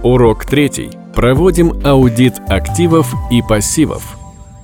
Урок 3. Проводим аудит активов и пассивов.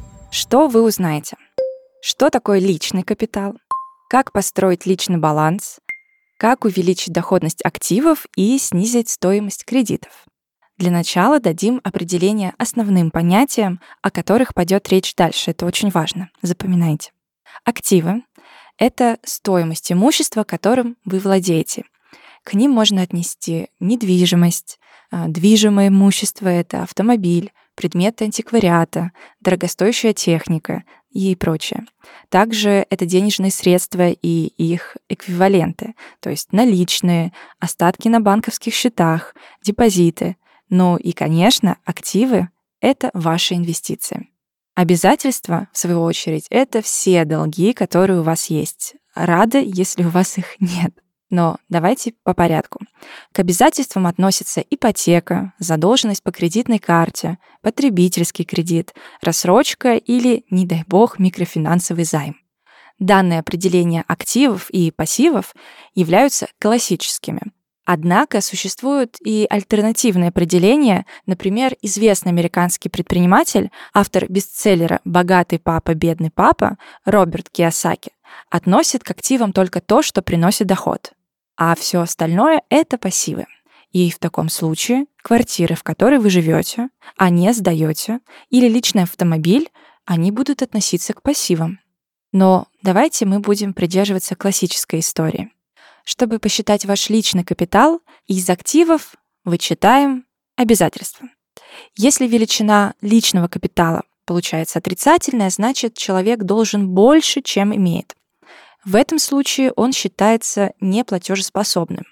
Что вы узнаете? Что такое личный капитал? Как построить личный баланс? Как увеличить доходность активов и снизить стоимость кредитов? Для начала дадим определение основным понятиям, о которых пойдет речь дальше. Это очень важно. Запоминайте. Активы — это стоимость имущества, которым вы владеете. К ним можно отнести недвижимость, движимое имущество — это автомобиль, предметы антиквариата, дорогостоящая техника и прочее. Также это денежные средства и их эквиваленты, то есть наличные, остатки на банковских счетах, депозиты. Ну и, конечно, активы — это ваши инвестиции. Обязательства, в свою очередь, это все долги, которые у вас есть. Рада, если у вас их нет. Но давайте по порядку. К обязательствам относятся ипотека, задолженность по кредитной карте, потребительский кредит, рассрочка или, не дай бог, микрофинансовый займ. Данные определения активов и пассивов являются классическими. Однако существуют и альтернативные определения. Например, известный американский предприниматель, автор бестселлера «Богатый папа, бедный папа» Роберт Кийосаки относит к активам только то, что приносит доход. А все остальное — это пассивы. И в таком случае квартиры, в которой вы живете, а не сдаете, или личный автомобиль, они будут относиться к пассивам. Но давайте мы будем придерживаться классической истории. Чтобы посчитать ваш личный капитал, из активов вычитаем обязательства. Если величина личного капитала получается отрицательная, значит, человек должен больше, чем имеет. В этом случае он считается неплатежеспособным.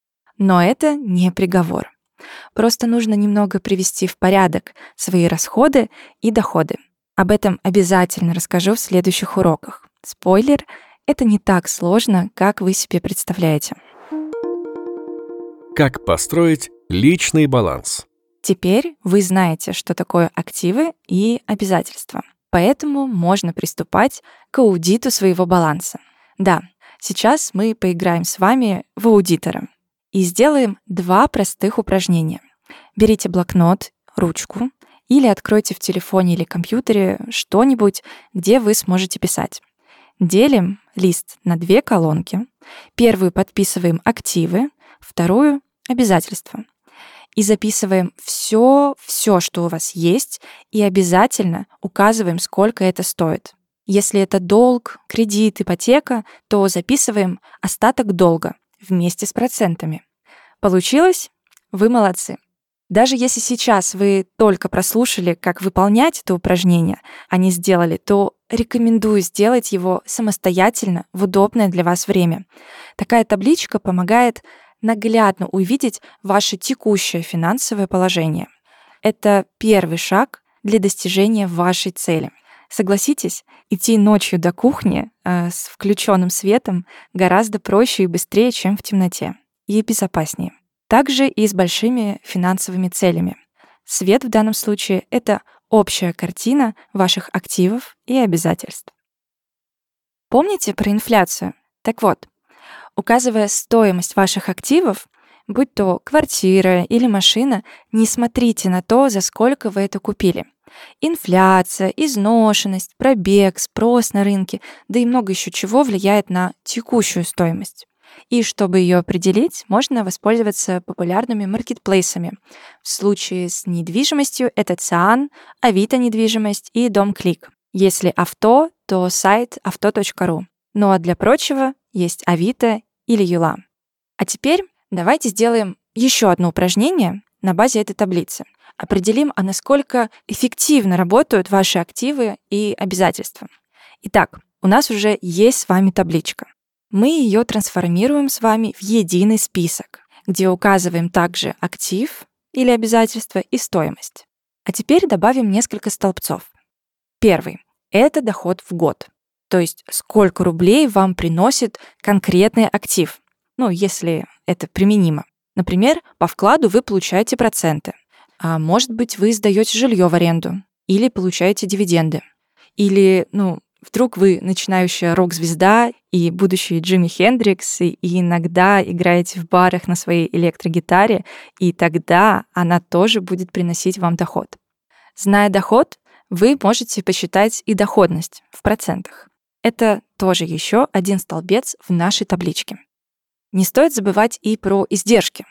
Но это не приговор. Просто нужно немного привести в порядок свои расходы и доходы. Об этом обязательно расскажу в следующих уроках. Спойлер, это не так сложно, как вы себе представляете. Как построить личный баланс? Теперь вы знаете, что такое активы и обязательства. Поэтому можно приступать к аудиту своего баланса. Да, сейчас мы поиграем с вами в аудитора и сделаем 2 простых упражнения. Берите блокнот, ручку или откройте в телефоне или компьютере что-нибудь, где вы сможете писать. Делим лист на 2 колонки. Первую подписываем активы, вторую — обязательства. И записываем все, что у вас есть, и обязательно указываем, сколько это стоит. Если это долг, кредит, ипотека, то записываем остаток долга вместе с процентами. Получилось? Вы молодцы. Даже если сейчас вы только прослушали, как выполнять это упражнение, а не сделали, то рекомендую сделать его самостоятельно в удобное для вас время. Такая табличка помогает наглядно увидеть ваше текущее финансовое положение. Это первый шаг для достижения вашей цели. Согласитесь, идти ночью до кухни с включенным светом гораздо проще и быстрее, чем в темноте, и безопаснее. Также и с большими финансовыми целями. Свет в данном случае — это общая картина ваших активов и обязательств. Помните про инфляцию? Так вот, указывая стоимость ваших активов, будь то квартира или машина, не смотрите на то, за сколько вы это купили. Инфляция, изношенность, пробег, спрос на рынке, да и много еще чего влияет на текущую стоимость. И чтобы ее определить, можно воспользоваться популярными маркетплейсами. В случае с недвижимостью это Циан, Авито недвижимость и Домклик. Если авто, то сайт авто.ру. Ну а для прочего есть Авито или Юла. А теперь давайте сделаем еще одно упражнение на базе этой таблицы. Определим, насколько эффективно работают ваши активы и обязательства. Итак, у нас уже есть с вами табличка. Мы ее трансформируем с вами в единый список, где указываем также актив или обязательство и стоимость. А теперь добавим несколько столбцов. Первый — это доход в год. То есть сколько рублей вам приносит конкретный актив, если это применимо. Например, по вкладу вы получаете проценты. А может быть, вы сдаете жилье в аренду или получаете дивиденды. Или, Вдруг вы начинающая рок-звезда и будущий Джимми Хендрикс, и иногда играете в барах на своей электрогитаре, и тогда она тоже будет приносить вам доход. Зная доход, вы можете посчитать и доходность в процентах. Это тоже еще один столбец в нашей табличке. Не стоит забывать и про издержки.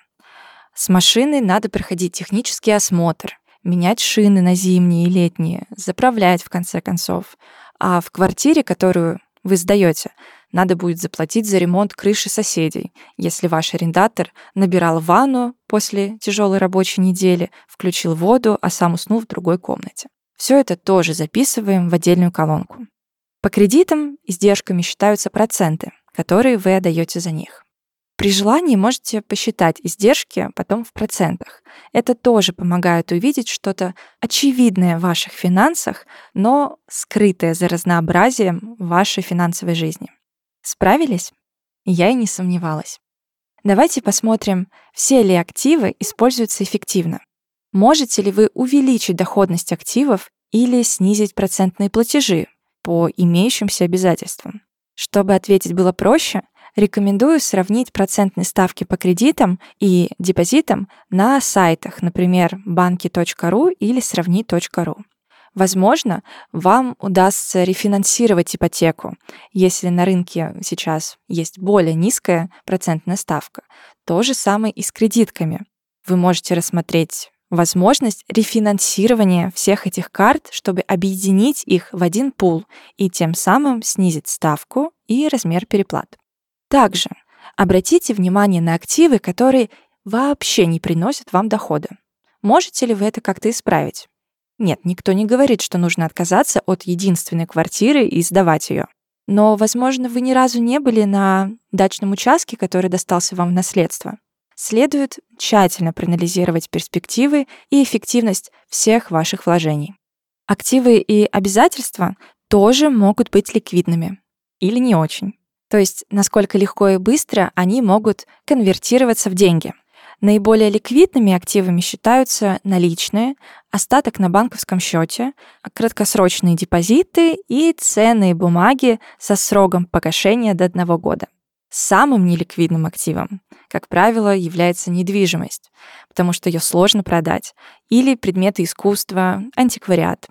С машиной надо проходить технический осмотр, менять шины на зимние и летние, заправлять в конце концов. А в квартире, которую вы сдаете, надо будет заплатить за ремонт крыши соседей, если ваш арендатор набирал ванну после тяжелой рабочей недели, включил воду, а сам уснул в другой комнате. Все это тоже записываем в отдельную колонку. По кредитам издержками считаются проценты, которые вы отдаете за них. При желании можете посчитать издержки потом в процентах. Это тоже помогает увидеть что-то очевидное в ваших финансах, но скрытое за разнообразием вашей финансовой жизни. Справились? Я и не сомневалась. Давайте посмотрим, все ли активы используются эффективно. Можете ли вы увеличить доходность активов или снизить процентные платежи по имеющимся обязательствам? Чтобы ответить было проще, рекомендую сравнить процентные ставки по кредитам и депозитам на сайтах, например, банки.ру или сравни.ру. Возможно, вам удастся рефинансировать ипотеку, если на рынке сейчас есть более низкая процентная ставка. То же самое и с кредитками. Вы можете рассмотреть возможность рефинансирования всех этих карт, чтобы объединить их в один пул и тем самым снизить ставку и размер переплат. Также обратите внимание на активы, которые вообще не приносят вам дохода. Можете ли вы это как-то исправить? Нет, никто не говорит, что нужно отказаться от единственной квартиры и сдавать ее. Но, возможно, вы ни разу не были на дачном участке, который достался вам в наследство. Следует тщательно проанализировать перспективы и эффективность всех ваших вложений. Активы и обязательства тоже могут быть ликвидными или не очень. То есть, насколько легко и быстро они могут конвертироваться в деньги. Наиболее ликвидными активами считаются наличные, остаток на банковском счете, краткосрочные депозиты и ценные бумаги со сроком погашения до 1 года. Самым неликвидным активом, как правило, является недвижимость, потому что ее сложно продать, или предметы искусства, антиквариат.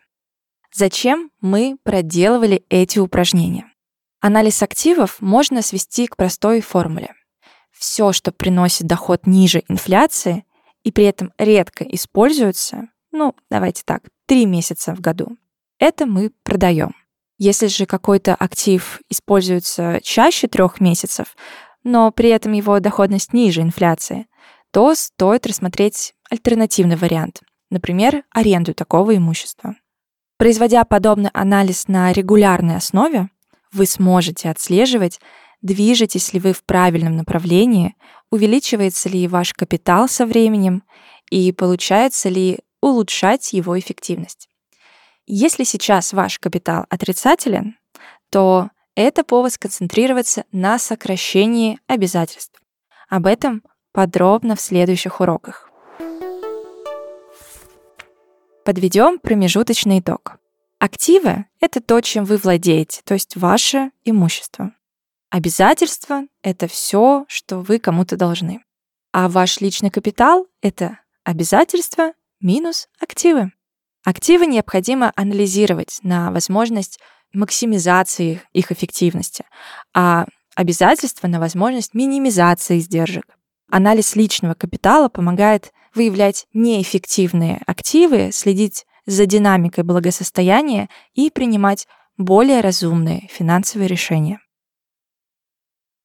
Зачем мы проделывали эти упражнения? Анализ активов можно свести к простой формуле. Все, что приносит доход ниже инфляции и при этом редко используется, 3 месяца в году, это мы продаем. Если же какой-то актив используется чаще 3 месяцев, но при этом его доходность ниже инфляции, то стоит рассмотреть альтернативный вариант, например, аренду такого имущества. Производя подобный анализ на регулярной основе, вы сможете отслеживать, движетесь ли вы в правильном направлении, увеличивается ли ваш капитал со временем и получается ли улучшать его эффективность. Если сейчас ваш капитал отрицателен, то это повод сконцентрироваться на сокращении обязательств. Об этом подробно в следующих уроках. Подведем промежуточный итог. Активы — это то, чем вы владеете, то есть ваше имущество. Обязательства — это все, что вы кому-то должны. А ваш личный капитал — это обязательства минус активы. Активы необходимо анализировать на возможность максимизации их эффективности, а обязательства на возможность минимизации издержек. Анализ личного капитала помогает выявлять неэффективные активы, следить за динамикой благосостояния и принимать более разумные финансовые решения.